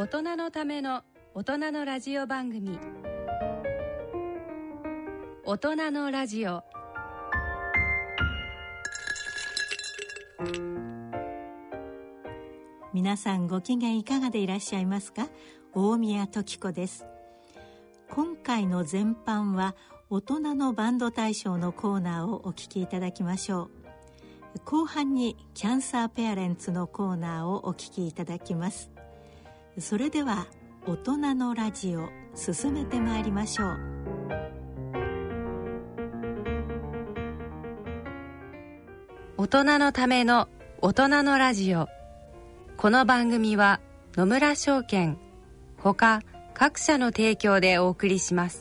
大人のための大人のラジオ番組、大人のラジオ。 皆さんご機嫌いかがでいらっしゃいますか？大宮時子です。今回の前半は大人のバンド大賞のコーナーをお聞きいただきましょう。後半にキャンサーペアレンツのコーナーをお聞きいただきます。それでは大人のラジオ進めてまいりましょう。 大人のための大人のラジオ。この番組は野村証券ほか各社の提供でお送りします。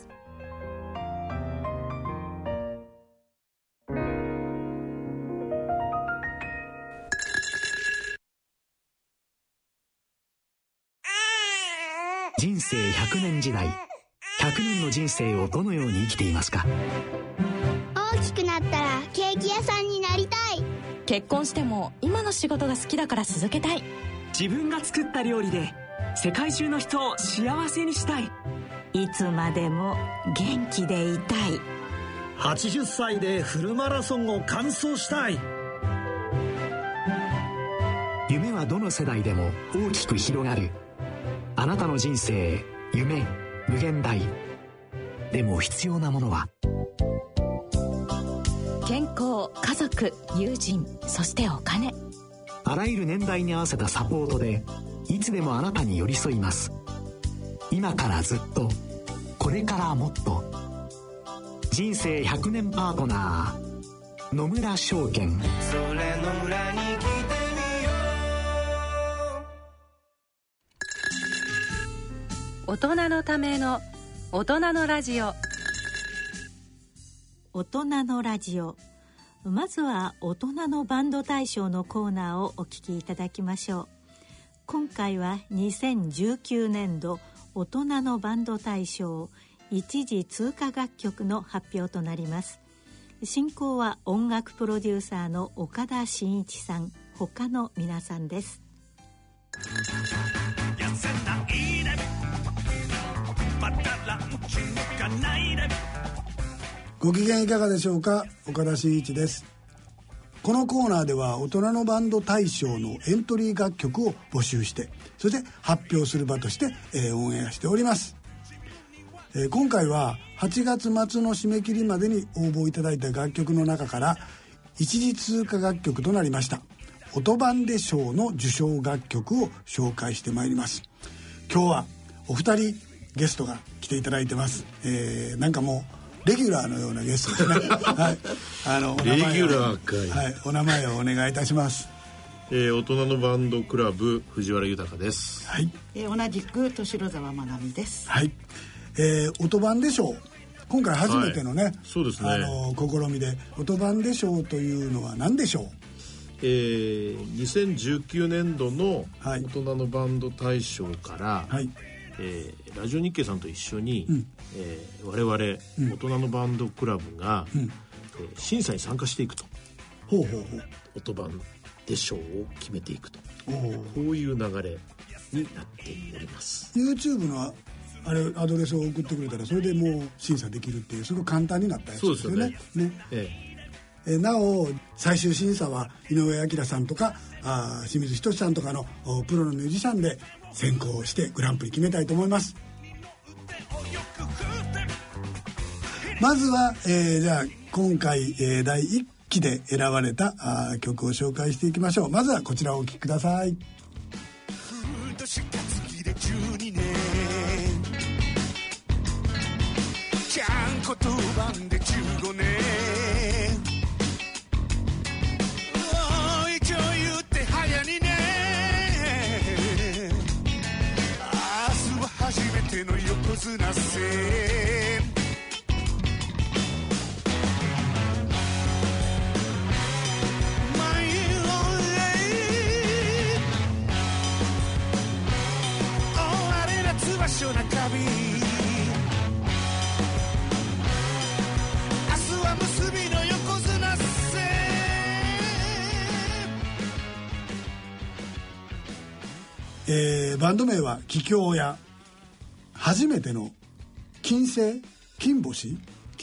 人生100年時代、100年の人生をどのように生きていますか？ 大きくなったらケーキ屋さんになりたい。 結婚しても今の仕事が好きだから続けたい。 自分が作った料理で世界中の人を幸せにしたい。 いつまでも元気でいたい。 80歳でフルマラソンを完走したい。 夢はどの世代でも大きく広がる。あなたの人生、夢、無限大。でも必要なものは健康、家族、友人、そしてお金。 あらゆる年代に合わせたサポートでいつでもあなたに寄り添います。今からずっと、これからもっと。人生100年パートナー、野村証券。 それの裏に来てみよう。 大人のための大人のラジオ。 大人のラジオ。まずは大人のバンド大賞のコーナーをお聞きいただきましょう。今回は2019年度大人のバンド大賞一次通過楽曲の発表となります。進行は音楽プロデューサーの岡田真一さん、他の皆さんです。 ご機嫌いかがでしょうか？岡田真一です。このコーナーでは大人のバンド大賞のエントリー楽曲を募集して、そして発表する場として、オンエアしております。今回は8月末の締め切りまでに応募いただいた楽曲の中から一次通過楽曲となりましたオトバンデ賞の受賞楽曲を紹介してまいります。今日はお二人ゲストが来ていただいてます。なんかもうレギュラーのようなゲストですね。はい、 レギュラーかい。 はい、お名前をお願いいたします。 大人のバンドクラブ藤原豊です。 はい。 同じく年沢まなみです。 はい。オトバンデ賞、今回初めてのね、 そうですね。 試みで、オトバンデ賞というのは何でしょう ？2019年度の大人のバンド大賞から、はい、ラジオ日経さんと一緒に、我々、大人のバンドクラブが、審査に参加していくと。オトバンデ賞を決めていくと。こういう流れになっております。 YouTube のあれアドレスを送ってくれたらそれでもう審査できるっていうすごく簡単になったやつですよね。なお最終審査は井上彰さんとか清水仁さんとかのプロのミュージシャンで選考してグランプリ決めたいと思います。まずは、じゃあ今回、第1期で選ばれた曲を紹介していきましょう。まずはこちらをお聴きください。12年ちゃんことばんで15年一応言って早2年明日は初めての横綱戦中日明日は結びの横綱戦。 バンド名は桔梗屋、初めての金星、金星、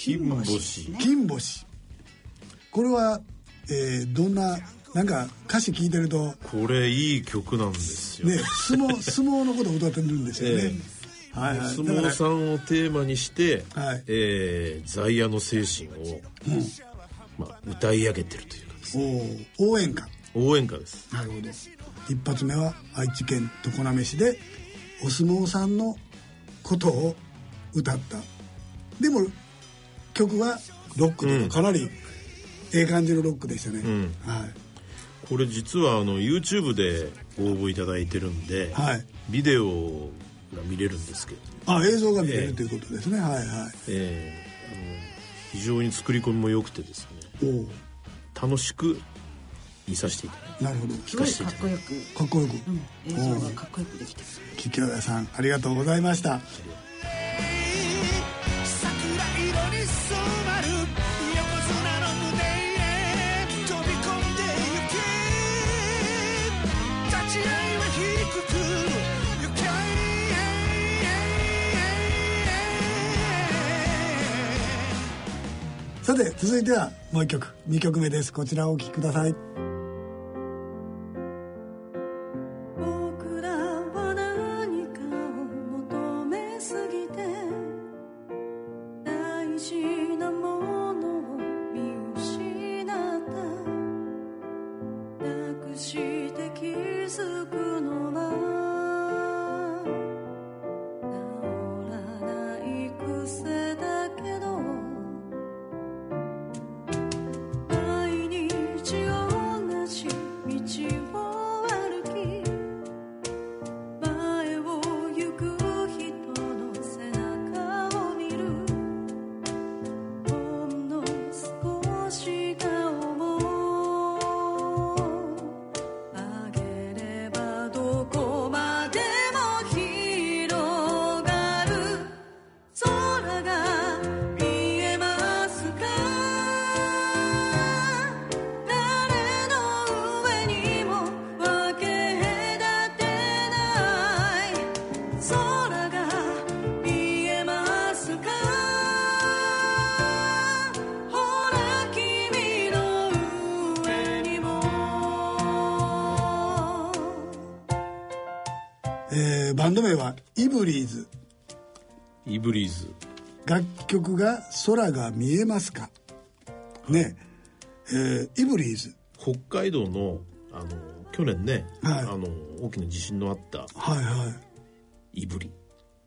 これは、どんな、なんか歌詞聞いてるとこれいい曲なんですよね。相撲のことを歌ってるんですよね、 はいはい、相撲さんをテーマにして、はい在野の精神を、歌い上げてるというかですね、 応援歌です。 なるほど。一発目は愛知県常滑市でお相撲さんのことを歌った。でも曲はロックとかかなりええ感じのロックでしたね、はい、 これ実はYouTube でご応募いただいてるんで、はい、ビデオが見れるんですけど、 映像が見れるということですね、はいはい、 非常に作り込みも良くてですね、楽しく見させていただいて、 なるほど、 聞かせていただいて、 かっこよく、 映像がかっこよくできてる。 桔梗屋さんありがとうございました。さて続いてはもう一曲、2曲目です。こちらをお聴きください。バンド名はイブリーズ。楽曲が空が見えますかね、イブリーズ、 北海道の去年ね、はい、大きな地震のあった、 はいはい、 イブリ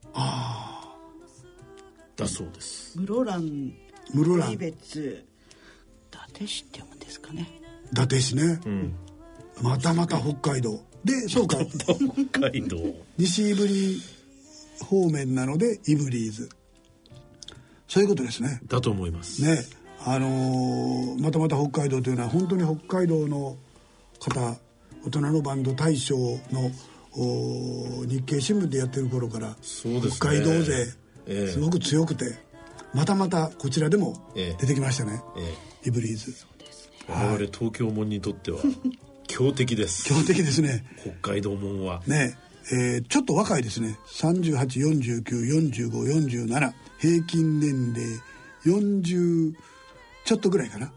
だそうです。 室蘭別伊達市って読むんですかね。 伊達市ね、またまた北海道で、そうか北海道西イブリ方面なのでイブリーズ、そういうことですね。 だと思いますね。またまた北海道というのは本当に北海道の方、大人のバンド大賞の日経新聞でやってる頃から、 そうですね、 北海道勢、すごく強くて、またまたこちらでも出てきましたね、イブリーズ。 そうですね、 我々東京門にとっては強敵です強敵ですね、 北海道門はね。ちょっと若いですね。38、49、45、47、平均年齢40ちょっとぐらいかな。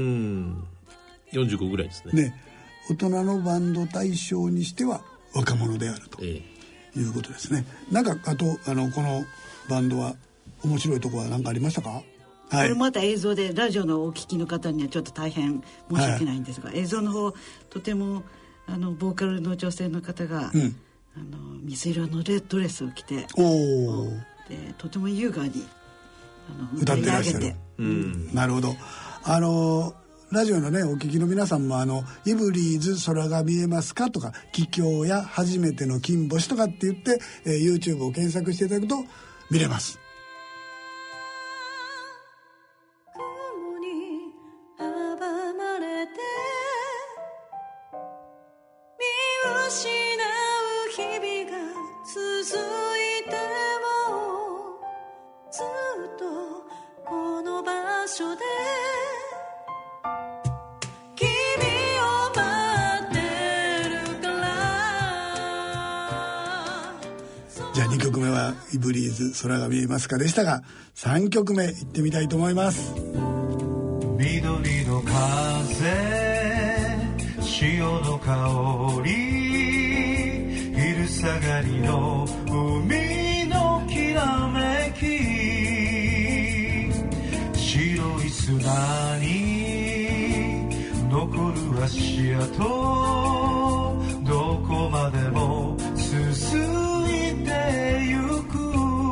45ぐらいですね。 大人のバンド大賞にしては若者であるということですね。なんかあとこのバンドは面白いところは何かありましたか？はい、 これまた映像で、ラジオのお聞きの方にはちょっと大変申し訳ないんですが、映像の方とてもボーカルの女性の方が、水色のドレスを着て、でとても優雅に歌ってらっしゃる。なるほど。ラジオのねお聞きの皆さんもイブリーズ空が見えますかとか、桔梗や初めての金星とかって言って、YouTube を検索していただくと見れます。 雲に阻まれて見失う日々が続いても、ずっとこの場所で君を待ってるから。 じゃあ2曲目はイブリーズ空が見えますかでしたが、3曲目いってみたいと思います。 緑の風、潮の香り、昼下がりの海のきらめき、白い砂に残る足跡、どこまでも進いてゆく。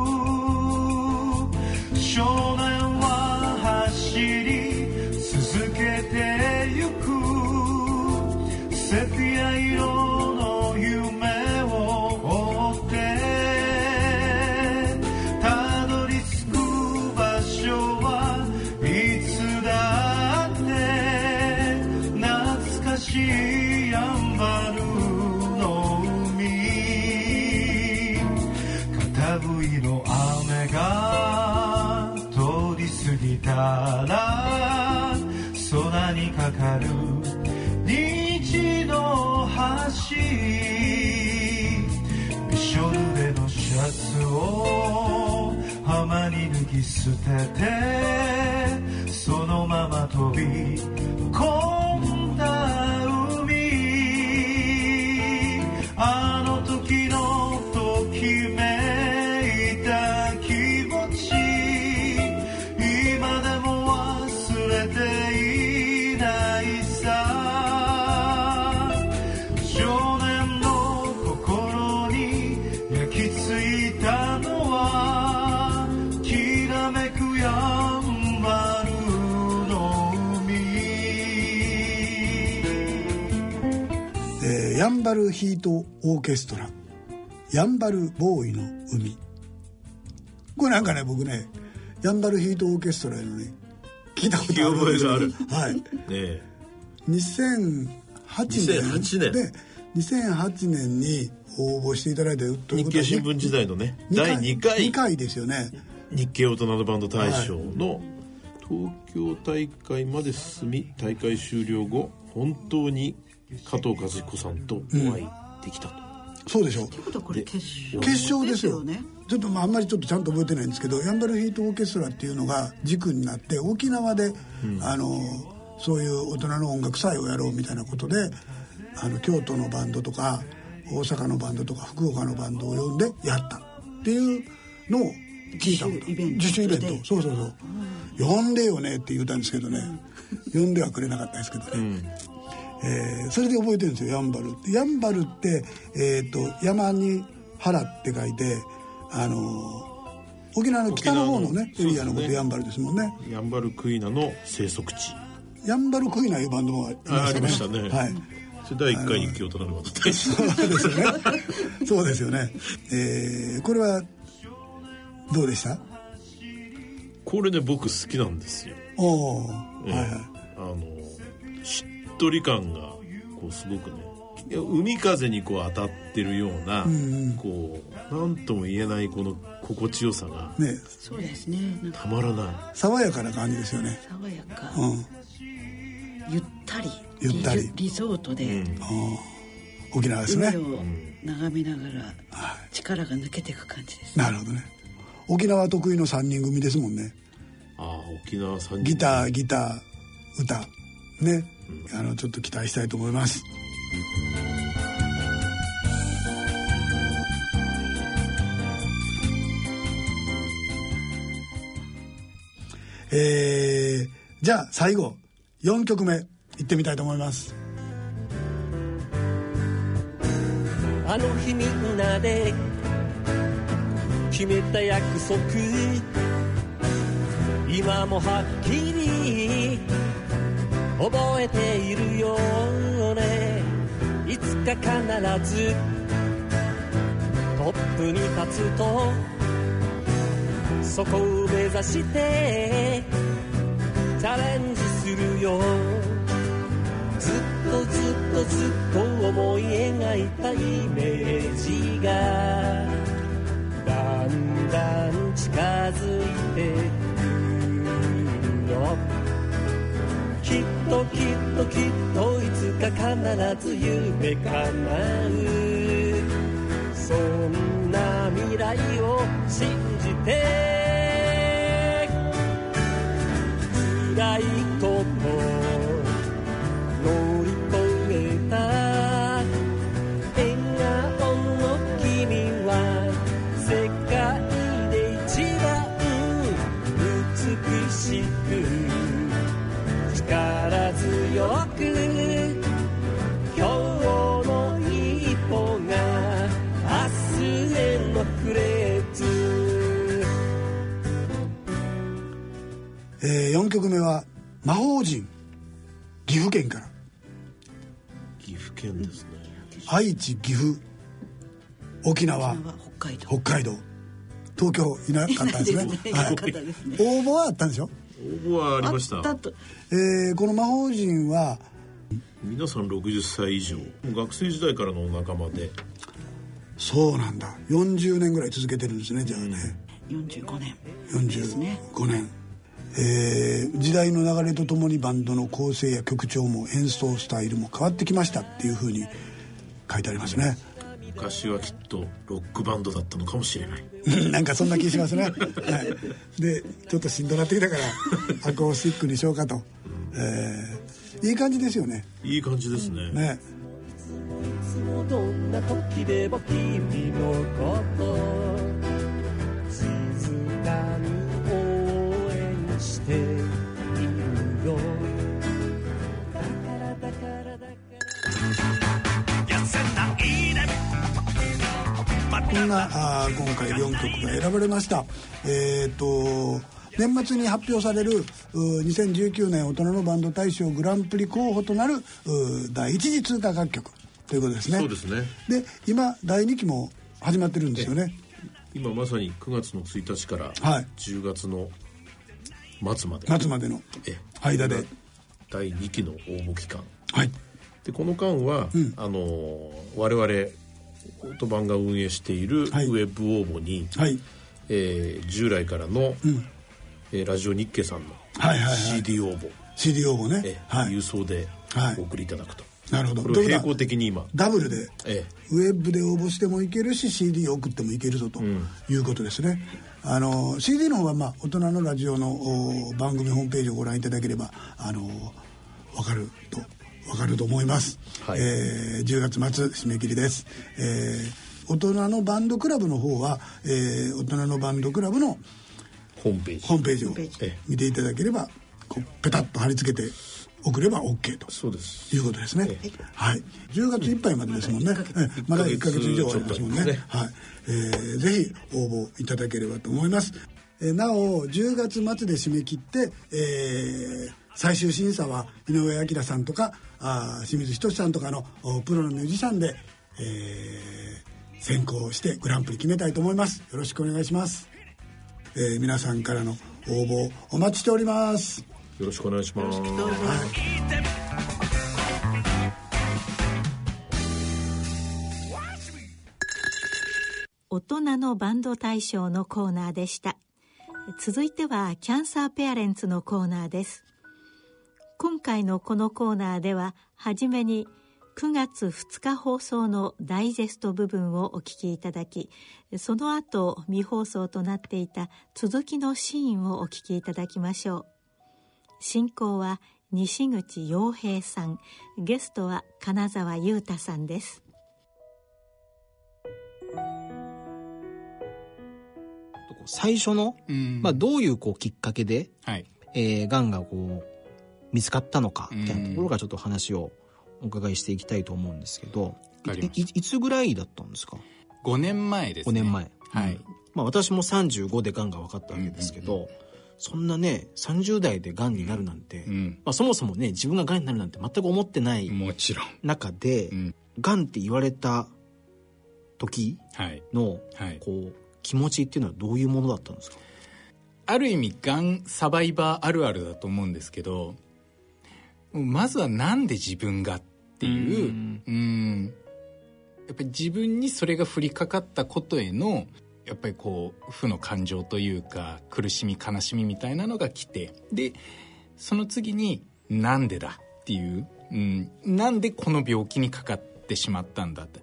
少年は走り続けてゆく。セピア色の夢を追ってたどり着く場所はいつだって懐かしいやんばるの海。片冬の雨が通り過ぎたら空にかかる虹の橋、びしょ濡れのシャツを浜に脱ぎ捨ててそのまま飛び込んだ海。あの時のときめいた気持ち、今でも忘れていないさ。少年の心に焼き付いたのはきらめくやんばるの海。やんばるヒートオーケストラ、やんばるボーイの海。これなんかね、僕ね、やんばるヒートオーケストラのね、聞いたことあるんですよ。はい。ね、2008年で2008年に応募していただいて、 日経新聞時代のね、第2回ですよね。 日経大人のバンド大賞の東京大会まで進み、大会終了後本当に加藤和彦さんとお会いできたと。 そうでしょう。 ということはこれ決勝ですよね。ちょっとあんまりちょっとちゃんと覚えてないんですけど、やんばるヒートオーケストラっていうのが軸になって沖縄で、そういう大人の音楽祭をやろうみたいなことで、京都のバンドとか大阪のバンドとか福岡のバンドを呼んでやったっていうのを聞いたこと。自主イベント。そうそうそう、呼んでよねって言ったんですけどね、呼んではくれなかったですけどね、それで覚えてるんですよ、やんばるって。やんばるって、山に原って書いて、沖縄の北の方のねエリアのことやんばるですもんね。 やんばるクイナの生息地、 やんばるクイナいうバンドもありましたね。 はい。 それ第1回に京都なるバンド大賞。 そうですよね。そうですよね。これはどうでした？ これね、僕好きなんですよ。はいはい。しっとり感がこうすごくね、海風にこう当たってるような、こうなんとも言えないこの心地よさが、 ね、そうですね、 たまらない。 爽やかな感じですよね。 爽やか、ゆったりリゾートで、 沖縄ですね。 海を眺めながら力が抜けていく感じです、 ね。なるほどね。沖縄得意の3人組ですもんね。 沖縄3人ギター歌ね、ちょっと期待したいと思います。じゃあ最後4曲目いってみたいと思います。 あの日みんなで決めた約束、今もはっきり覚えているよね。いつか必ずトップに立つと、そこを目指してチャレンジするよ。ずっと思い描いたイメージがだんだん近づいてくるよ。きっといつか必ず夢叶う。 そんな未来を信じて辛いこと乗り越えた笑顔の君は世界で一番美しく力強く今日の一歩が明日へのフレーズ。 4曲目は魔法陣、岐阜県から。 岐阜県ですね。 愛知、岐阜、沖縄、北海道、東京いなかったですね。はい、応募はあったんでしょ。 応募はありました。 この魔法陣は皆さん60歳以上、学生時代からのお仲間で。 そうなんだ。40年ぐらい続けてるんですね。じゃあね、 45年 45年、時代の流れとともにバンドの構成や曲調も演奏スタイルも変わってきましたっていう風に書いてありますね。 昔はきっとロックバンドだったのかもしれないなんかそんな気しますね、はい、でちょっとしんどなってきたからアコースティックにしようかと、いい感じですよね。 いい感じですね。 ね、 いつもどんな時でも君のこと静かに応援しているよ。だからこんな今回4曲が選ばれました。年末に発表される2019年大人のバンド大賞グランプリ候補となる第一次通過楽曲ということですね。 そうですね。 で今第2期も始まってるんですよね。 今まさに9月の1日から10月の末までの間で第2期の応募期間、 はい、 でこの間は、我々オートバンが運営しているウェブ応募に、従来からの、ラジオ日経さんの CD 応募、 ね、 郵送でお送りいただくと、 なるほど。 これを並行的に今ダブルで、ウェブで応募してもいけるし CD を送ってもいけるぞということですね。CD の方は、大人のラジオの番組ホームページをご覧いただければ分かると思います、10月末締め切りです。大人のバンドクラブの方は、大人のバンドクラブのホームページを見ていただければペタッと貼り付けて送れば OK とそうですいうことですね。はい、10月いっぱいまでですもんね。まだ1ヶ月以上ありますもんね。はい、ぜひ応募いただければと思います。なお10月末で締め切って、最終審査は井上彰さんとか清水仁さんとかのプロのミュージシャンで、選考してグランプリ決めたいと思います。よろしくお願いします。皆さんからの応募お待ちしております。 よろしくお願いします。 大人のバンド大賞のコーナーでした。続いてはキャンサーペアレンツのコーナーです。今回のこのコーナーでははじめに9月2日放送のダイジェスト部分をお聞きいただき、その後未放送となっていた続きのシーンをお聞きいただきましょう。進行は西口洋平さん、ゲストは金沢裕太さんです。 最初の、どういうきっかけで、がんが見つかったのかみたいなところがちょっと話をお伺いしていきたいと思うんですけど、いつぐらいだったんですか ？5年前ですね。 5年前、私も35でがんが分かったわけですけど、そんなね30代でがんになるなんて、そもそもね自分ががんになるなんて全く思ってない中で、がんって言われた時の、気持ちっていうのはどういうものだったんですか？ ある意味がんサバイバーあるあるだと思うんですけど、まずはなんで自分がっていう、やっぱり自分にそれが降りかかったことへのやっぱり負の感情というか苦しみ悲しみみたいなのが来て、でその次になんでだっていう、なんでこの病気にかかってしまったんだって、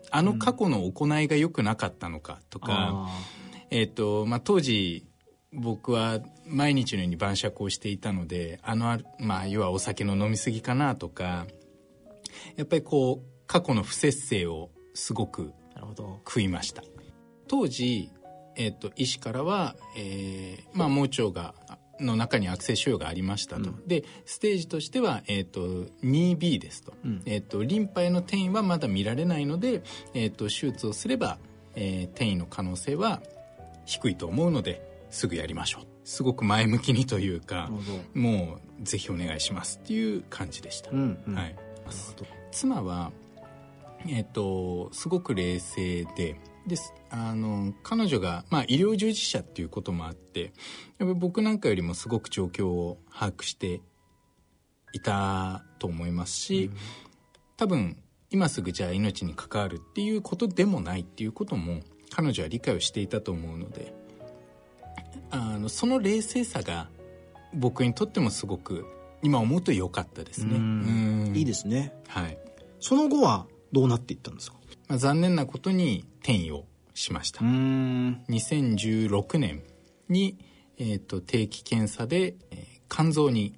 過去の行いが良くなかったのかとか、当時僕は毎日のように晩酌をしていたので要はお酒の飲み過ぎかなとか、やっぱりこう過去の不節制をすごく悔いました。当時、医師からは、盲腸の中に悪性腫瘍がありましたと、でステージとしては、2B ですと、リンパへの転移はまだ見られないので、手術をすれば、転移の可能性は低いと思うのですぐやりましょう、すごく前向きにというか、もうぜひお願いしますっていう感じでした。はい、妻は、すごく冷静です彼女が、医療従事者っていうこともあって、やっぱり僕なんかよりもすごく状況を把握していたと思いますし、多分今すぐじゃあ命に関わるっていうことでもないっていうことも彼女は理解をしていたと思うので、その冷静さが僕にとってもすごく今思うと良かったですね。 いいですね。 はい。 その後はどうなっていったんですか？ 残念なことに転移をしました。2016年に、定期検査で、肝臓、はい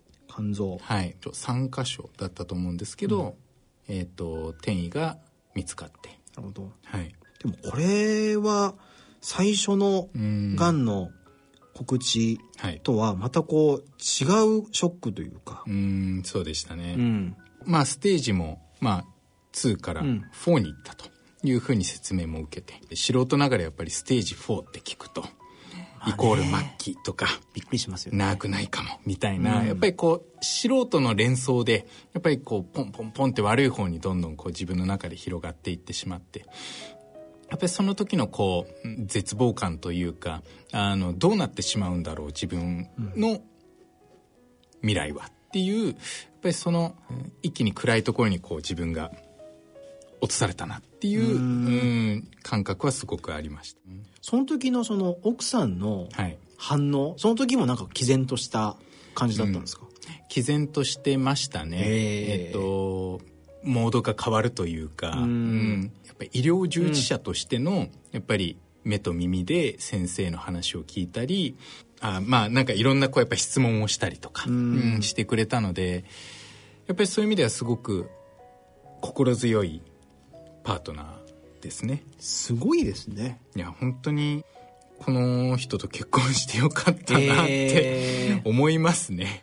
、3箇所だったと思うんですけど、転移が見つかって。 なるほど。 はい。 でもこれは最初のがんの告知とはまたこう違うショックというか。 そうでしたね。ステージも2から4に行ったというふうに説明も受けて、素人ながらやっぱりステージ4って聞くと、イコール末期とかびっくりしますよね。 長くないかもみたいな、やっぱりこう素人の連想でやっぱりこうポンポンポンって悪い方にどんどんこう自分の中で広がっていってしまって、やっぱりその時のこう絶望感というか、どうなってしまうんだろう自分の未来はっていう、やっぱりその一気に暗いところにこう自分が落とされたなっていう感覚はすごくありました。 その時のその奥さんの反応、その時もなんか毅然とした感じだったんですか？ 毅然としてましたね。モードが変わるというか、やっぱり医療従事者としてのやっぱり目と耳で先生の話を聞いたり、なんかいろんなこうやっぱ質問をしたりとか、してくれたので、やっぱりそういう意味ではすごく心強いパートナーですね。 すごいですね。 いや本当にこの人と結婚してよかったなって思いますね。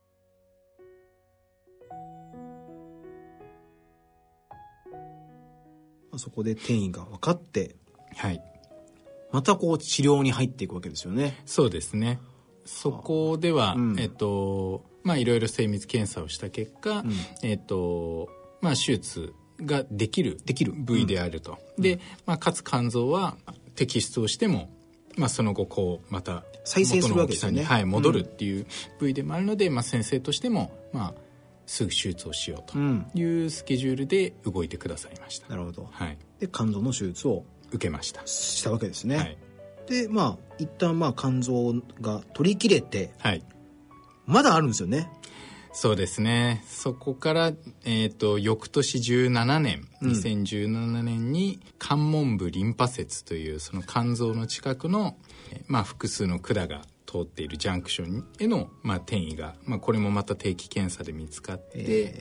そこで転移が分かって、 はい、 またこう治療に入っていくわけですよね。 そうですね。そこでは、いろいろ精密検査をした結果、手術ができる部位であると。で、かつ肝臓は摘出をしても、その後こうまた再生するわけですよね。 戻るっていう部位でもあるので、先生としてもすぐ手術をしようというスケジュールで動いてくださいました。 なるほど。 はい。 で肝臓の手術を受けました。 したわけですね。 はい。 で一旦肝臓が取り切れて、 はい、 まだあるんですよね。 そうですね。そこから、翌年17年、2017年に肝門部リンパ節というその肝臓の近くの、複数の管が通っているジャンクションへの、転移が、これもまた定期検査で見つかって、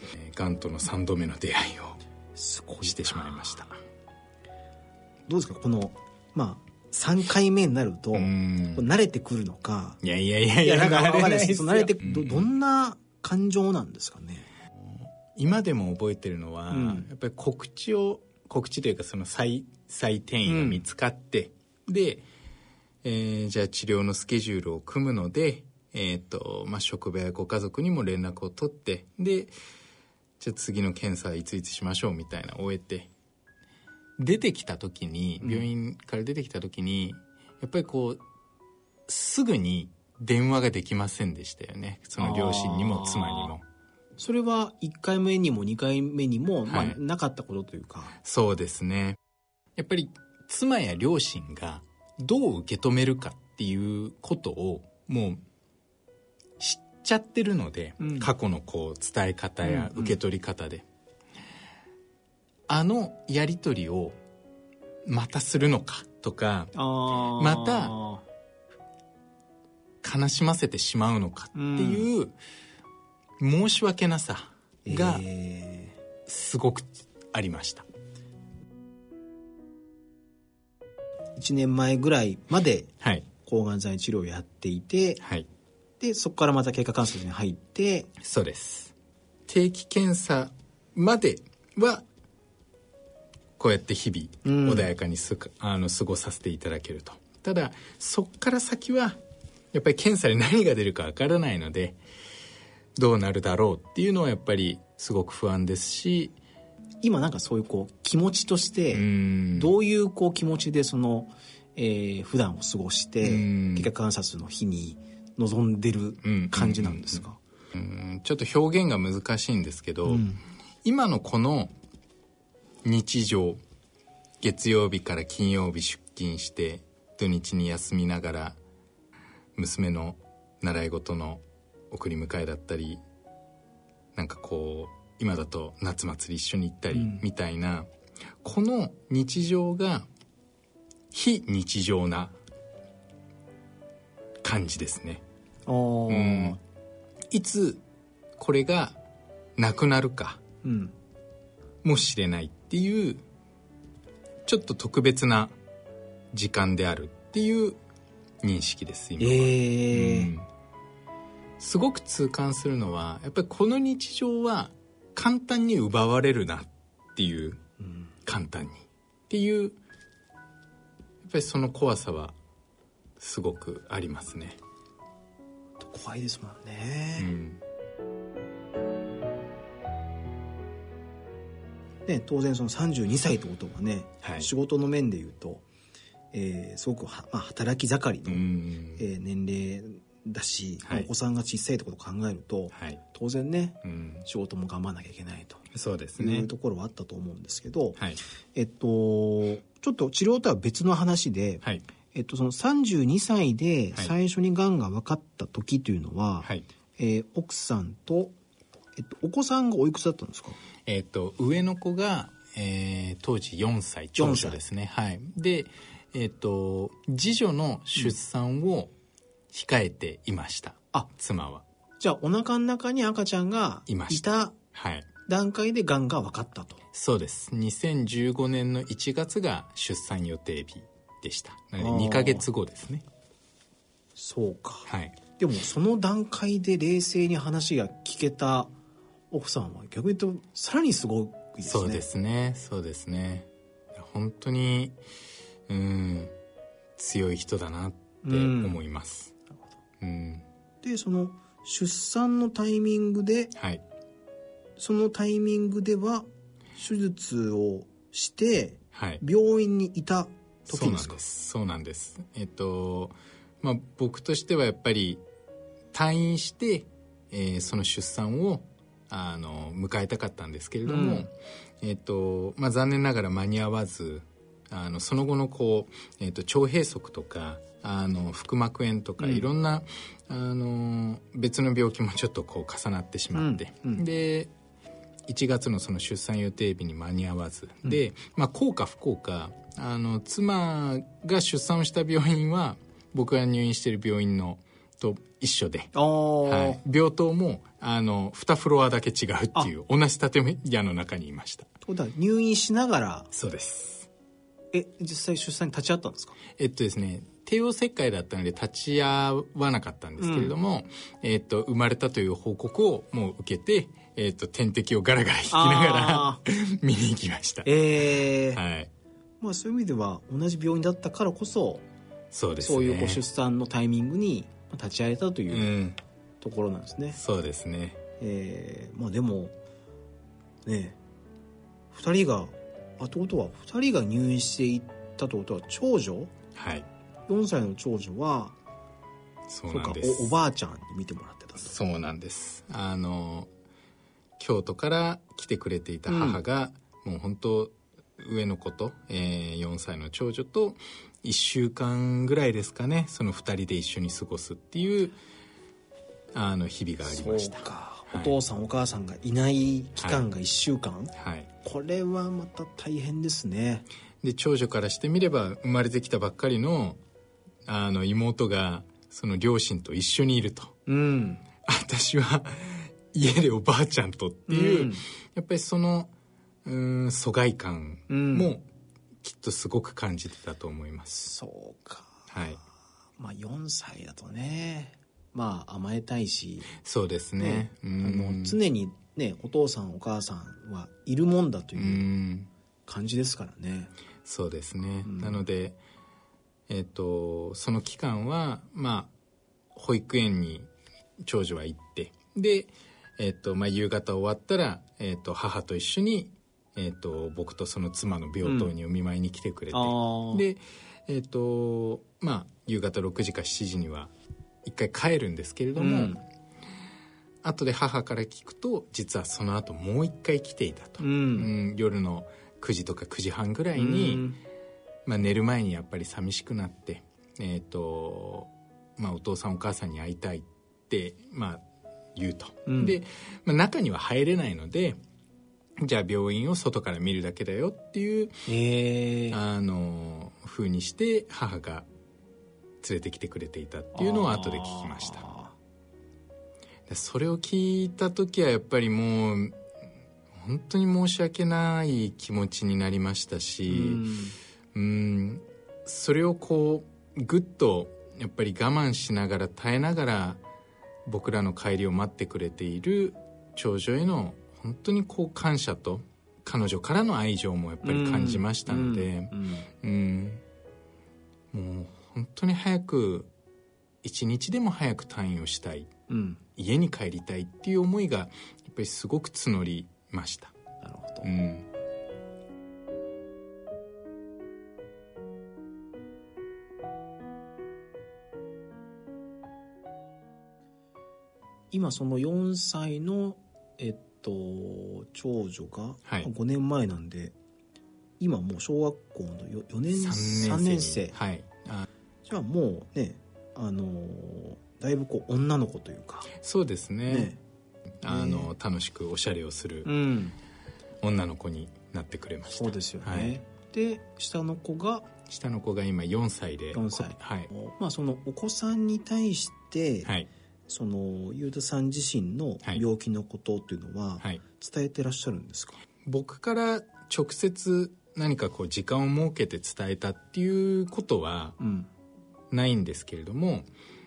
がんとの3度目の出会いをしてしまいました。 どうですかこの3回目になると慣れてくるのか。 いやなんか分かんないです。慣れてどんな感情なんですかね。 今でも覚えてるのは、やっぱり告知というかその再転移が見つかって、で、じゃあ治療のスケジュールを組むので、職場やご家族にも連絡を取って、でじゃあ次の検査いつしましょうみたいな終えて出てきた時に、病院から出てきた時にやっぱりこうすぐに電話ができませんでしたよね。その両親にも妻にも。 それは1回目にも2回目にも、なかったことというか。 そうですね。やっぱり妻や両親がどう受け止めるかっていうことをもう知っちゃってるので、過去のこう伝え方や受け取り方で、 やり取りをまたするのかとか、また悲しませてしまうのかっていう申し訳なさがすごくありました。 1年前ぐらいまで抗がん剤治療をやっていて、はい、でそこからまた経過観察に入って。 そうです。定期検査まではこうやって日々穏やかに過ごさせていただけると。ただそこから先はやっぱり検査で何が出るかわからないので、どうなるだろうっていうのはやっぱりすごく不安ですし、 今なんかそういう気持ちとしてどういう気持ちで普段を過ごして経過観察の日に臨んでる感じなんですか？ ちょっと表現が難しいんですけど、今のこの日常、月曜日から金曜日出勤して土日に休みながら娘の習い事の送り迎えだったり、なんか今だと夏祭り一緒に行ったりみたいな、この日常が非日常な感じですね。いつこれがなくなるかもしれないっていう、ちょっと特別な時間であるっていう認識です今は。すごく痛感するのは、やっぱりこの日常は簡単に奪われるなっていう、簡単にっていう、やっぱりその怖さはすごくありますね。 怖いですもんね。当然その32歳ってことはね、仕事の面でいうと、すごく働き盛りの、年齢だし、お子さんが小さいってことを考えると、当然ね、仕事も頑張らなきゃいけないと、 そうですね、 いうところはあったと思うんですけど、ちょっと治療とは別の話で、その32歳で最初にがんが分かった時というのは、奥さんと、お子さんがおいくつだったんですか？ 上の子が、当時4歳長女ですね。で、次女の出産を控えていました、妻は。 じゃあお腹の中に赤ちゃんがいた段階でがんが分かったと。 そうです。2015年の1月が出産予定日でした。なので2ヶ月後ですね。 そうか。でもその段階で冷静に話が聞けた奥さんは逆に言うとさらにすごいですね。 そうですね。そうですね。本当に強い人だなって思います。 でその出産のタイミングで、そのタイミングでは手術をして、病院にいた時ですか？ そうなんです。僕としてはやっぱり退院して、その出産を迎えたかったんですけれども、残念ながら間に合わず、その後の腸閉塞とか腹膜炎とか、いろんな別の病気もちょっと重なってしまって、で1月のその出産予定日に間に合わず、で、幸か不幸か妻が出産をした病院は僕が入院している病院のと一緒で、病棟も2フロアだけ違うっていう同じ建屋の中にいました。 ということは入院しながら。 そうです。 実際出産に立ち会ったんですか？ ですね、帝王切開だったので立ち会わなかったんですけれども、生まれたという報告をもう受けて、点滴をガラガラ引きながら見に行きました。そういう意味では同じ病院だったからこそ、 そうですね、 そういう出産のタイミングに立ち会えたというところなんですね。 そうですね。 でもね、2人がってことは2人が入院していったということは長女、4歳の長女はそうなんです。 おばあちゃんに見てもらってたんだ。 そうなんです。京都から来てくれていた母が、もう本当上の子と、4歳の長女と1週間ぐらいですかね、その2人で一緒に過ごすっていう日々がありました。 お父さんお母さんがいない期間が1週間、 これはまた大変ですね。 で長女からしてみれば生まれてきたばっかりの妹がその両親と一緒にいると、私は家でおばあちゃんとっていう、やっぱりその疎外感もきっとすごく感じてたと思います。 そうか。 はい。 まあ4歳だとね、まあ甘えたいし。 そうですね。 常にね、お父さんお母さんはいるもんだという感じですからね。 そうですね。なので、その期間はまあ保育園に長女は行って、で、夕方終わったら、母と一緒に、僕とその妻の病棟にお見舞いに来てくれて、で、夕方6時か7時には一回帰るんですけれども、後で母から聞くと実はその後もう一回来ていたと、夜の9時とか9時半ぐらいに、寝る前にやっぱり寂しくなって、お父さんお母さんに会いたいって、言うと、で、中には入れないので、じゃあ病院を外から見るだけだよっていう、風にして母が連れてきてくれていたっていうのを後で聞きました。それを聞いた時はやっぱりもう本当に申し訳ない気持ちになりましたし、それをこうぐっとやっぱり我慢しながら耐えながら僕らの帰りを待ってくれている長女への本当にこう感謝と彼女からの愛情もやっぱり感じましたので、もう本当に早く一日でも早く退院をしたい、家に帰りたいっていう思いがやっぱりすごく募りました。 なるほど。今その4歳の長女が5年前なんで、今もう小学校の4年3年生、 はい、 じゃあもうね、だいぶこう女の子というか。 そうですね、楽しくおしゃれをする女の子になってくれました。 そうですよね、で下の子が今4歳で。 4歳、そのお子さんに対して、そのゆうたさん自身の病気のことっていうのは伝えてらっしゃるんですか？ 僕から直接何かこう時間を設けて伝えたっていうことはないんですけれども、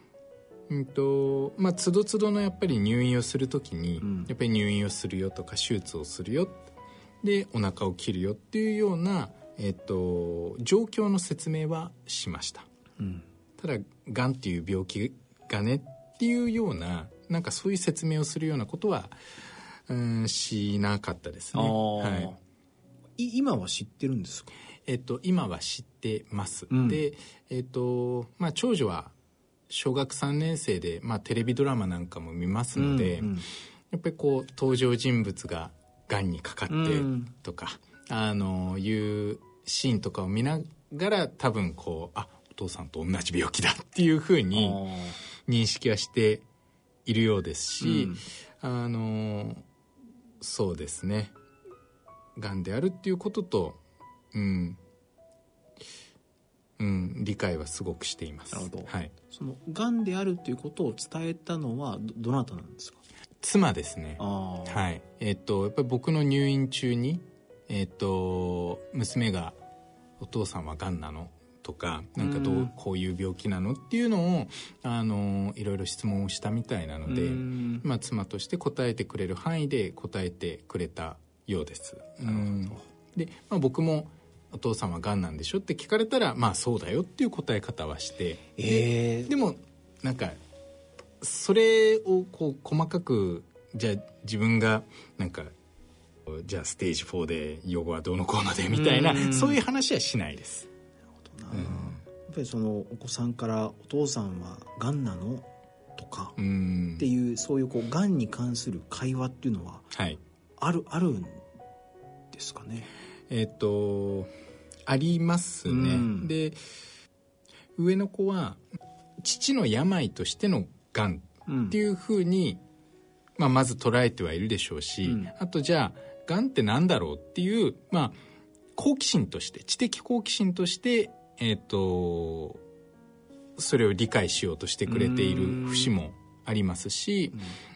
つどつどのやっぱり入院をするときに、やっぱり入院をするよとか手術をするよでお腹を切るよっていうような、状況の説明はしました、ただがんっていう病気がねっていうようななんかそういう説明をするようなことはしなかったですね。 今は知ってるんですか？ 今は知ってます、で、長女は小学3年生で、テレビドラマなんかも見ますので、やっぱりこう登場人物ががんにかかってとか、いうシーンとかを見ながら多分こうお父さんと同じ病気だっていうふうに認識はしているようですし、そうですね、がんであるっていうことと、理解はすごくしています。 なるほど、そのがんであるということを伝えたのは どなたなんですか？ 妻ですね。やっぱり僕の入院中に、娘がお父さんはがんなのとか、なんかこういう病気なのっていうのをいろいろ質問をしたみたいなので、妻として答えてくれる範囲で答えてくれたようです。で、僕もお父さんはがんなんでしょって聞かれたらそうだよっていう答え方はして、でもなんかそれをこう細かくじゃあ自分がなんかじゃあステージ4で予後はどうのこうのでみたいなそういう話はしないです。 なるほどな、やっぱりそのお子さんからお父さんはがんなのとかっていうそういうこうがんに関する会話っていうのはあるんですかね？ ありますね、で上の子は父の病としてのがんっていうふうに、まず捉えてはいるでしょうし、あとじゃあがんってなんだろうっていう、好奇心として知的好奇心として、それを理解しようとしてくれている節もありますし、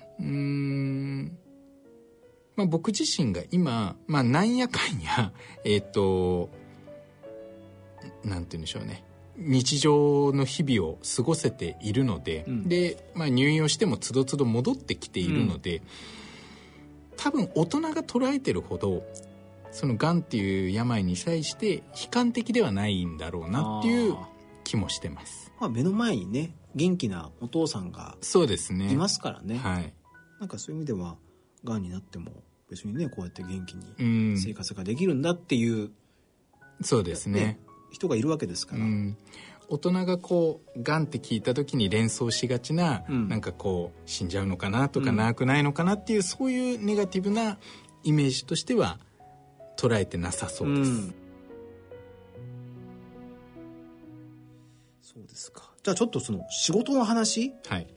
僕自身が今、なんやかんやなんて言うんでしょうね、日常の日々を過ごせているので、で、入院をしてもつどつど戻ってきているので、多分大人が捉えてるほどそのがんっていう病に対して悲観的ではないんだろうなっていう気もしてます。 目の前にね元気なお父さんがそうですねいますからね。 はい、 なんかそういう意味ではがんになっても別にねこうやって元気に生活ができるんだっていう、 そうですね、 人がいるわけですから、 大人がこうがんって聞いた時に連想しがちな、なんかこう死んじゃうのかなとか、長くないのかなっていうそういうネガティブなイメージとしては捉えてなさそうです、 そうですか。じゃあちょっとその仕事の話、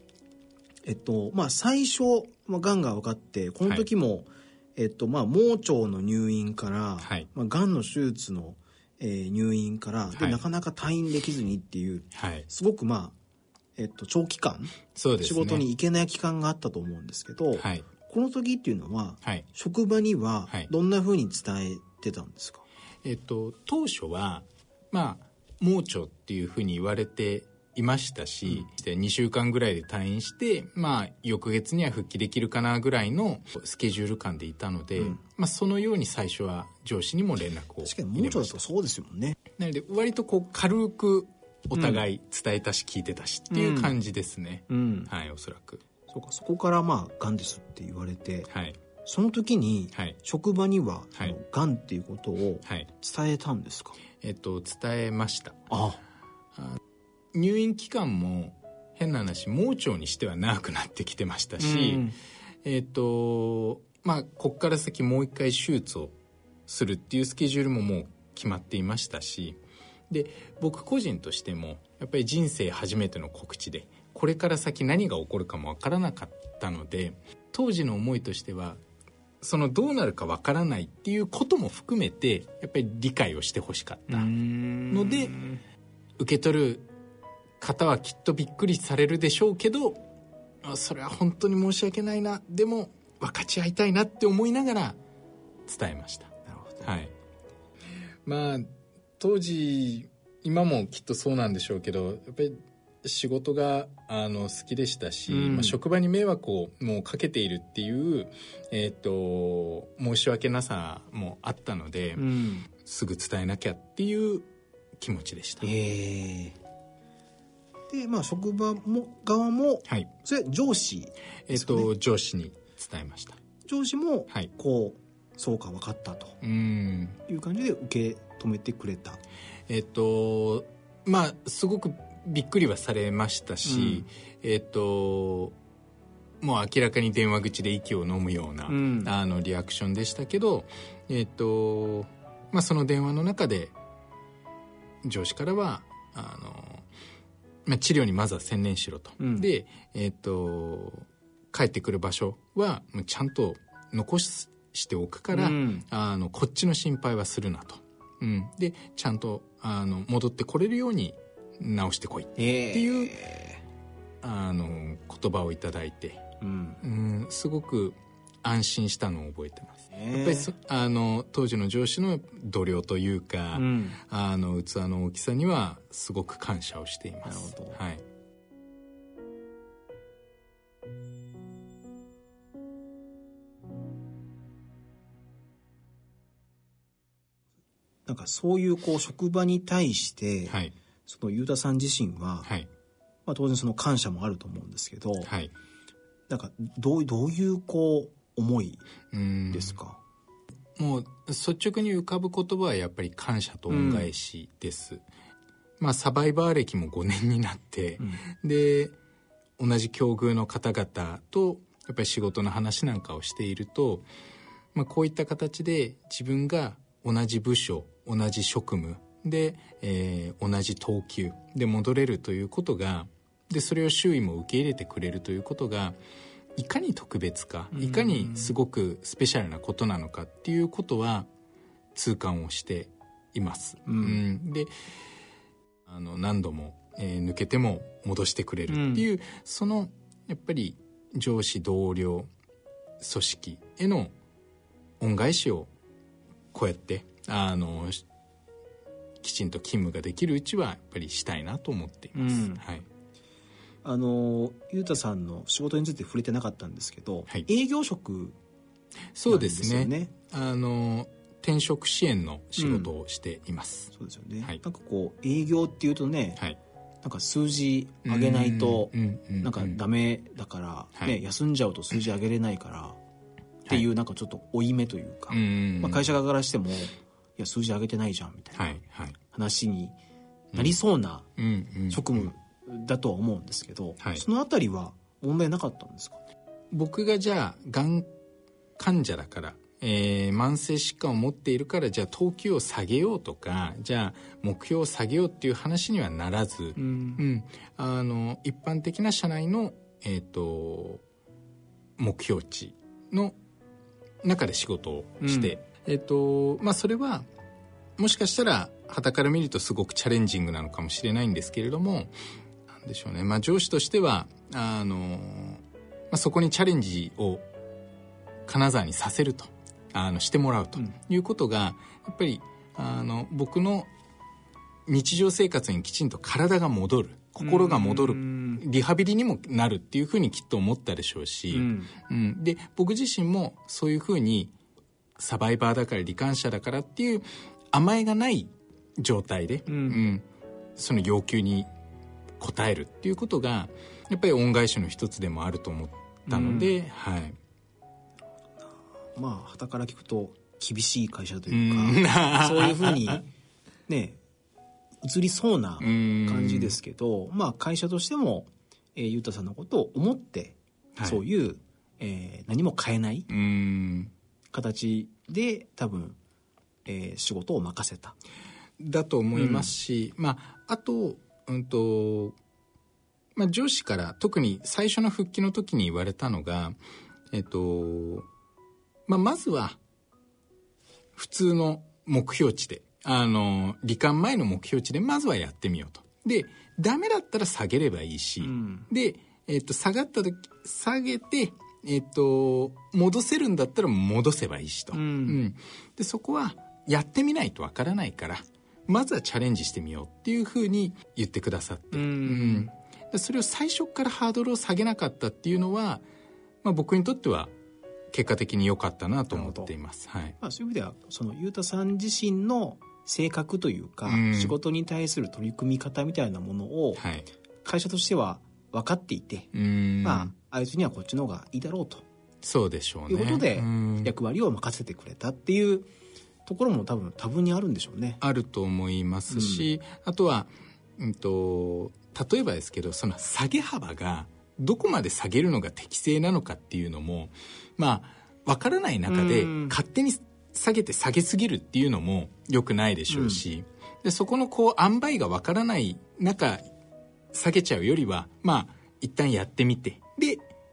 最初、がんが分かってこの時も、盲腸の入院から、がんの手術の入院からで、なかなか退院できずにっていう、すごく長期間、 そうですね、 仕事に行けない期間があったと思うんですけど、この時っていうのは、職場にはどんなふうに伝えてたんですか？ 当初は盲腸っていうふうに言われていましたし、2週間ぐらいで退院して、翌月には復帰できるかなぐらいのスケジュール感でいたので、そのように最初は上司にも連絡を入れました。 確かに盲腸だとそうですもんね。 なので割とこう軽くお互い伝えたし聞いてたしっていう感じですね、おそらく。 そうか、そこからがんですって言われて、その時に職場にはがんっていうことを伝えたんですか？ 伝えました。入院期間も変な話盲腸にしては長くなってきてましたし、こっから先もう一回手術をするっていうスケジュールももう決まっていましたし、で僕個人としてもやっぱり人生初めての告知でこれから先何が起こるかもわからなかったので、当時の思いとしてはそのどうなるかわからないっていうことも含めてやっぱり理解をしてほしかったので、受け取る方はきっとびっくりされるでしょうけど、それは本当に申し訳ないな、でも分かち合いたいなって思いながら伝えました。 なるほど。 当時今もきっとそうなんでしょうけど、やっぱり仕事が好きでしたし、職場に迷惑をもうかけているっていう、申し訳なさもあったので、すぐ伝えなきゃっていう気持ちでした。 で職場側も、それ上司ですかね？ 上司に伝えました。 上司も、そうか分かったという感じで受け止めてくれた。 すごくびっくりはされましたし、もう明らかに電話口で息を飲むような、リアクションでしたけど、その電話の中で上司からは治療にまずは専念しろと、で、帰ってくる場所はちゃんと残しておくから、こっちの心配はするなと、でちゃんと戻ってこれるように直してこいっていう、言葉をいただいて、すごく安心したのを覚えてます。やっぱり当時の上司の度量というか、器の大きさにはすごく感謝をしています。 なるほど。なんかそういう職場に対して、その裕太さん自身は、当然その感謝もあると思うんですけど、なんかどういう思いですか？ もう率直に浮かぶ言葉はやっぱり感謝と恩返しです。サバイバー歴も5年になって、で同じ境遇の方々とやっぱり仕事の話なんかをしていると、こういった形で自分が同じ部署同じ職務で、同じ等級で戻れるということが、でそれを周囲も受け入れてくれるということがいかに特別か、いかにすごくスペシャルなことなのかっていうことは痛感をしています、で何度も、抜けても戻してくれるっていう、そのやっぱり上司同僚組織への恩返しをこうやってきちんと勤務ができるうちはやっぱりしたいなと思っています、はい。 裕太さんの仕事について触れてなかったんですけど、はい、営業職なんですよね。 そうですね。転職支援の仕事をしています、 そうですよね、はい、なんかこう営業っていうとね、はい、なんか数字上げないとなんかダメだから、ね、はい、休んじゃうと数字上げれないからっていう、なんかちょっと負い目というか、会社側からしてもいや数字上げてないじゃんみたいな話になりそうな職務だとは思うんですけど、そのあたりは問題なかったんですか？ 僕がじゃあがん患者だから、慢性疾患を持っているからじゃあ等級を下げようとか、じゃあ目標を下げようっていう話にはならず、一般的な社内の、目標値の中で仕事をして、それはもしかしたら傍から見るとすごくチャレンジングなのかもしれないんですけれども、なんでしょうね、上司としてはそこにチャレンジを金沢にさせるとしてもらうということが、やっぱり僕の日常生活にきちんと体が戻る、心が戻る、リハビリにもなるっていうふうにきっと思ったでしょうし、で僕自身もそういうふうにサバイバーだから罹患者だからっていう甘えがない状態で、その要求に応えるっていうことがやっぱり恩返しの一つでもあると思ったので、はい。 傍から聞くと厳しい会社というか、そういうふうにね移りそうな感じですけど、会社としても裕太さんのことを思って、そういう、何も変えない形で多分、仕事を任せただと思いますし、あと上司から特に最初の復帰の時に言われたのが、まずは普通の目標値で罹患前の目標値でまずはやってみようと。でダメだったら下げればいいし、で、下がった時下げて、戻せるんだったら戻せばいいしと、でそこはやってみないとわからないからまずはチャレンジしてみようっていうふうに言ってくださって、でそれを最初からハードルを下げなかったっていうのは、僕にとっては結果的に良かったなと思っています、はい。 そういう意味ではその裕太さん自身の性格というか、仕事に対する取り組み方みたいなものを会社としては分かっていて、あいつにはこっちの方がいいだろうと、 そうでしょうね、 いうことで役割を任せてくれたっていうところも多分にあるんでしょうね。 あると思いますし、あとは、例えばですけど、その下げ幅がどこまで下げるのが適正なのかっていうのも分からない中で勝手に下げて下げすぎるっていうのも良くないでしょうし、でそこの塩梅が分からない中下げちゃうよりは一旦やってみて、で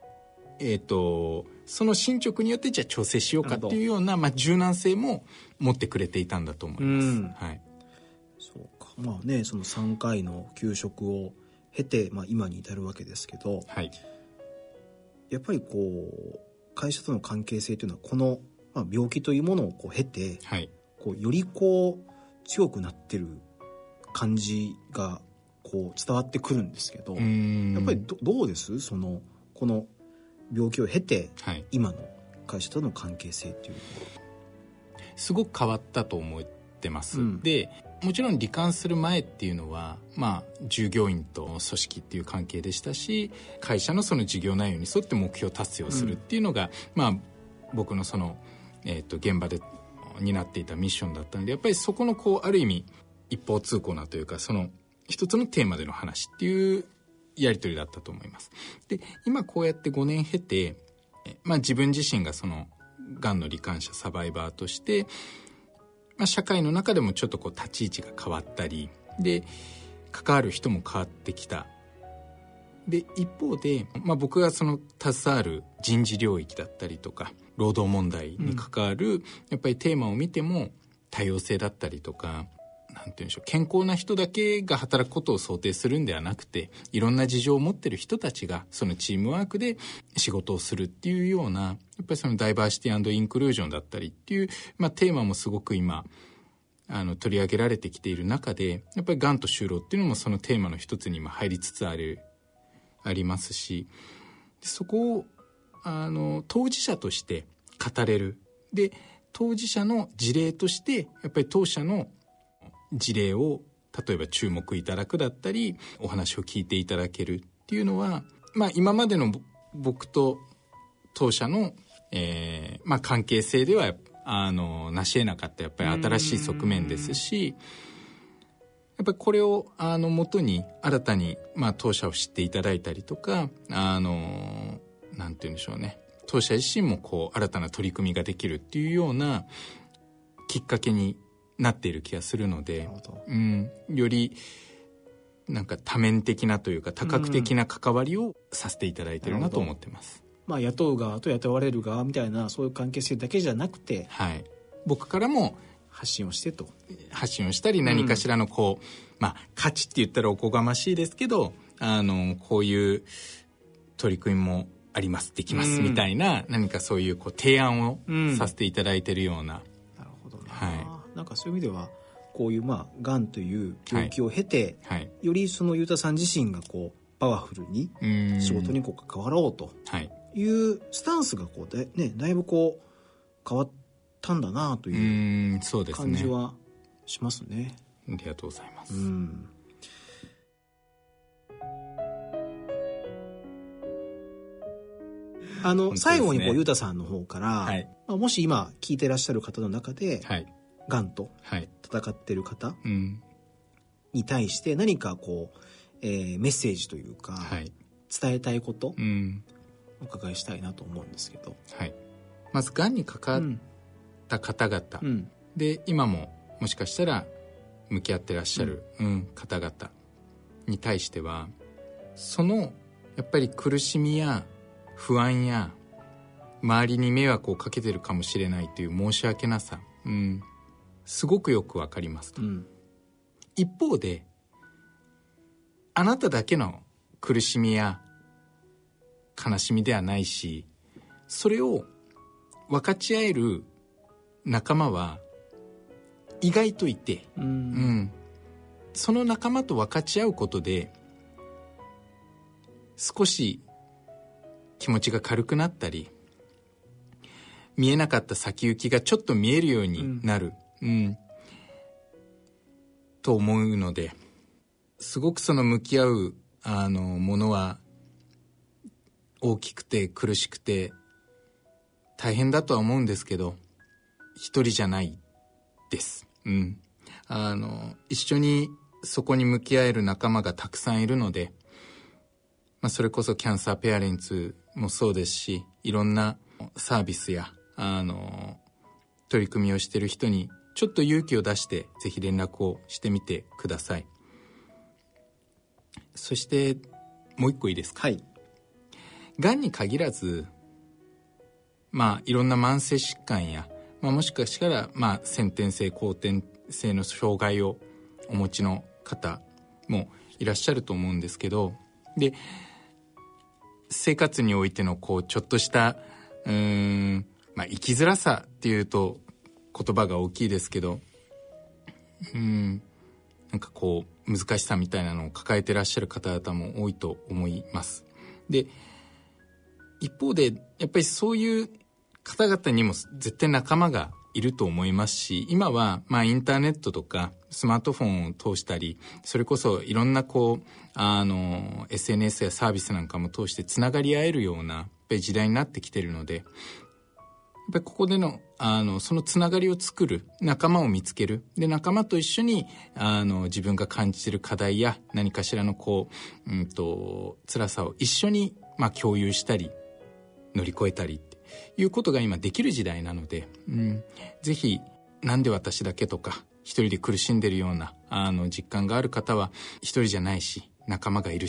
その進捗によってじゃあ調整しようかっていうような、柔軟性も持ってくれていたんだと思います、はい。 そうか、その3回の休職を経て、今に至るわけですけど、やっぱり会社との関係性というのはこの、病気というものを経て、より強くなってる感じが伝わってくるんですけど、やっぱりどうです？この病気を経て、今の会社との関係性っていうのはすごく変わったと思ってます、でもちろん罹患する前っていうのは、従業員と組織っていう関係でしたし、会社のその事業内容に沿って目標達成をするっていうのが、僕のその、現場で担っていたミッションだったので、やっぱりそこのある意味一方通行なというか、その一つのテーマでの話っていうやり取りだったと思います。で今こうやって5年経て、自分自身がそのがんの罹患者サバイバーとして、社会の中でもちょっと立ち位置が変わったりで関わる人も変わってきたで一方で、僕が携わる人事領域だったりとか労働問題に関わる、やっぱりテーマを見ても多様性だったりとか、なんていうんでしょう、健康な人だけが働くことを想定するんではなくて、いろんな事情を持ってる人たちがそのチームワークで仕事をするっていうような、やっぱりそのダイバーシティ&インクルージョンだったりっていう、テーマもすごく今取り上げられてきている中で、やっぱりがんと就労っていうのもそのテーマの一つに今入りつつありますし、そこを当事者として語れる。で当事者の事例としてやっぱり当社の事例を例えば注目いただくだったり、お話を聞いていただけるっていうのは、今までの僕と当社の、関係性では成し得なかったやっぱり新しい側面ですし、やっぱりこれを元に新たに当社を知っていただいたりとか、なんて言うんでしょうね、当社自身も新たな取り組みができるっていうようなきっかけになっている気がするので、よりなんか多面的なというか多角的な関わりをさせていただいているなと思ってます。 雇う側と雇われる側みたいなそういう関係性だけじゃなくて、 僕からも発信をしたり、何かしらの価値って言ったらおこがましいですけど、こういう取り組みもあります、できますみたいな、何かそういう提案をさせていただいているような。 なるほどな。なんかそういう意味ではこういうがんという病気を経て、よりそのゆうたさん自身がパワフルに仕事に関わろうというスタンスがだいぶ変わったんだなという感じはしますね。 ありがとうございます。 最後にゆうたさんの方から、もし今聞いてらっしゃる方の中で、がんと戦ってる方に対して何かメッセージというか、伝えたいこと、お伺いしたいなと思うんですけど、 まずがんにかかった方々、で今ももしかしたら向き合ってらっしゃる、方々に対しては、そのやっぱり苦しみや不安や周りに迷惑をかけてるかもしれないという申し訳なさ、すごくよくわかりますと、一方であなただけの苦しみや悲しみではないし、それを分かち合える仲間は意外といて、その仲間と分かち合うことで少し気持ちが軽くなったり、見えなかった先行きがちょっと見えるようになる、と思うので、すごくその向き合うものは大きくて苦しくて大変だとは思うんですけど、一人じゃないです。一緒にそこに向き合える仲間がたくさんいるので、それこそキャンサーペアレンツもそうですし、いろんなサービスや取り組みをしている人にちょっと勇気を出してぜひ連絡をしてみてください。そしてもう一個いいですか。がんに限らず、いろんな慢性疾患や、もしかしたら先天性後天性の障害をお持ちの方もいらっしゃると思うんですけど、で生活においてのちょっとした生きづらさっていうと言葉が大きいですけど、なんか難しさみたいなのを抱えてらっしゃる方々も多いと思います。で一方でやっぱりそういう方々にも絶対仲間がいると思いますし、今はインターネットとかスマートフォンを通したり、それこそいろんなSNS やサービスなんかも通してつながり合えるようなやっぱり時代になってきてるので、やっぱりここでのそのつながりを作る、仲間を見つける、で仲間と一緒に自分が感じている課題や何かしらの辛さを一緒に共有したり乗り越えたりっていうことが今できる時代なので、ぜひなんで私だけとか一人で苦しんでるような実感がある方は、一人じゃないし仲間がいるし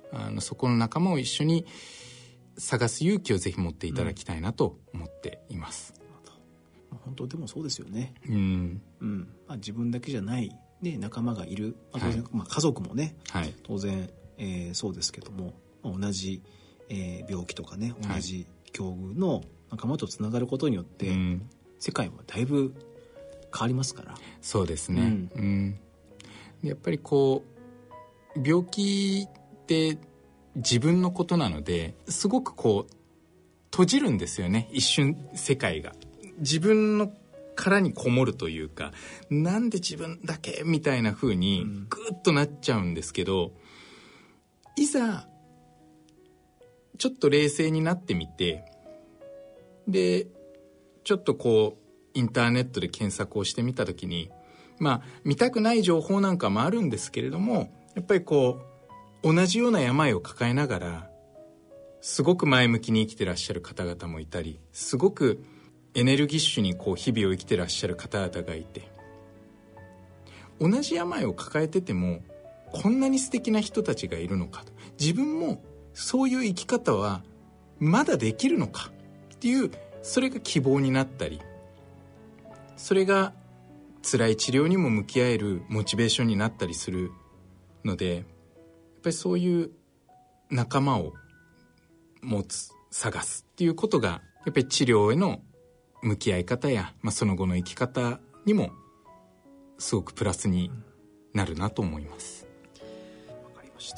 そこの仲間を一緒に探す勇気をぜひ持っていただきたいなと思っています。 本当でもそうですよね。自分だけじゃない、ね、仲間がいる、当然、家族もね、当然、そうですけども、同じ、病気とかね、同じ境遇の仲間とつながることによって、世界はだいぶ変わりますから。 そうですね。やっぱりこう病気って自分のことなのですごくこう閉じるんですよね。一瞬世界が自分の殻にこもるというか、なんで自分だけみたいな風にグーッとなっちゃうんですけど、いざちょっと冷静になってみて、でちょっとこうインターネットで検索をしてみたときに、見たくない情報なんかもあるんですけれども、やっぱりこう同じような病を抱えながらすごく前向きに生きてらっしゃる方々もいたり、すごくエネルギッシュにこう日々を生きてらっしゃる方々がいて、同じ病を抱えててもこんなに素敵な人たちがいるのかと、自分もそういう生き方はまだできるのかっていう、それが希望になったり、それが辛い治療にも向き合えるモチベーションになったりするので、やっぱりそういう仲間を持つ、探すっていうことがやっぱり治療への向き合い方や、その後の生き方にもすごくプラスになるなと思います。 わかりました。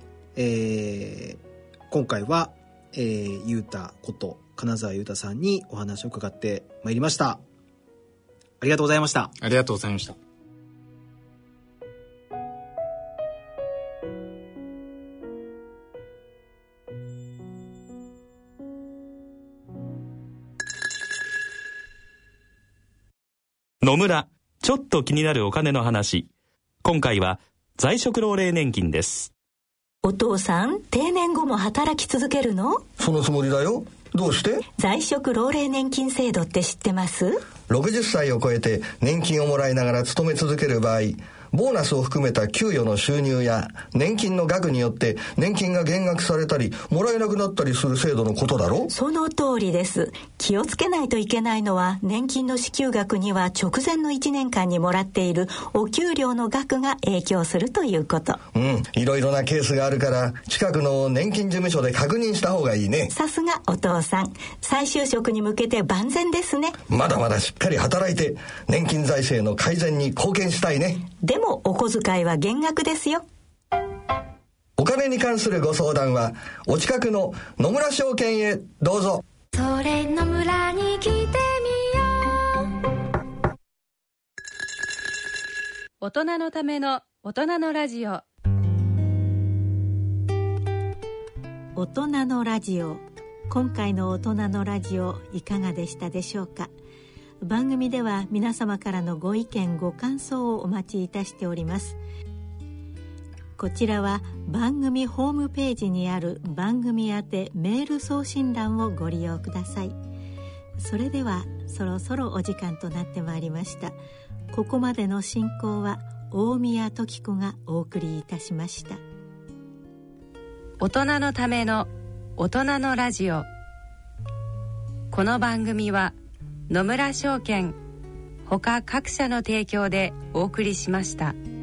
今回は、ゆうたこと金沢ゆうたさんにお話を伺ってまいりました。ありがとうございました。 ありがとうございました。 野村、ちょっと気になるお金の話。今回は在職老齢年金です。 お父さん、定年後も働き続けるの？ そのつもりだよ。どうして？ 在職老齢年金制度って知ってます？ 60 歳を超えて年金をもらいながら勤め続ける場合、ボーナスを含めた給与の収入や年金の額によって年金が減額されたりもらえなくなったりする制度のことだろ。 その通りです。気をつけないといけないのは、年金の支給額には直前の1年間にもらっているお給料の額が影響するということ。 いろいろなケースがあるから近くの年金事務所で確認した方がいいね。 さすがお父さん、再就職に向けて万全ですね。 まだまだしっかり働いて年金財政の改善に貢献したいね。 でもお小遣いは減額ですよ。 お金に関するご相談はお近くの野村証券へどうぞ。 それ野村に来てみよう。 大人のための大人のラジオ。 大人のラジオ。今回の大人のラジオいかがでしたでしょうか。番組では皆様からのご意見ご感想をお待ちいたしております。こちらは番組ホームページにある番組宛てメール送信欄をご利用ください。それではそろそろお時間となってまいりました。ここまでの進行は大宮時子がお送りいたしました。 大人のための大人のラジオ。この番組は野村証券ほか各社の提供でお送りしました。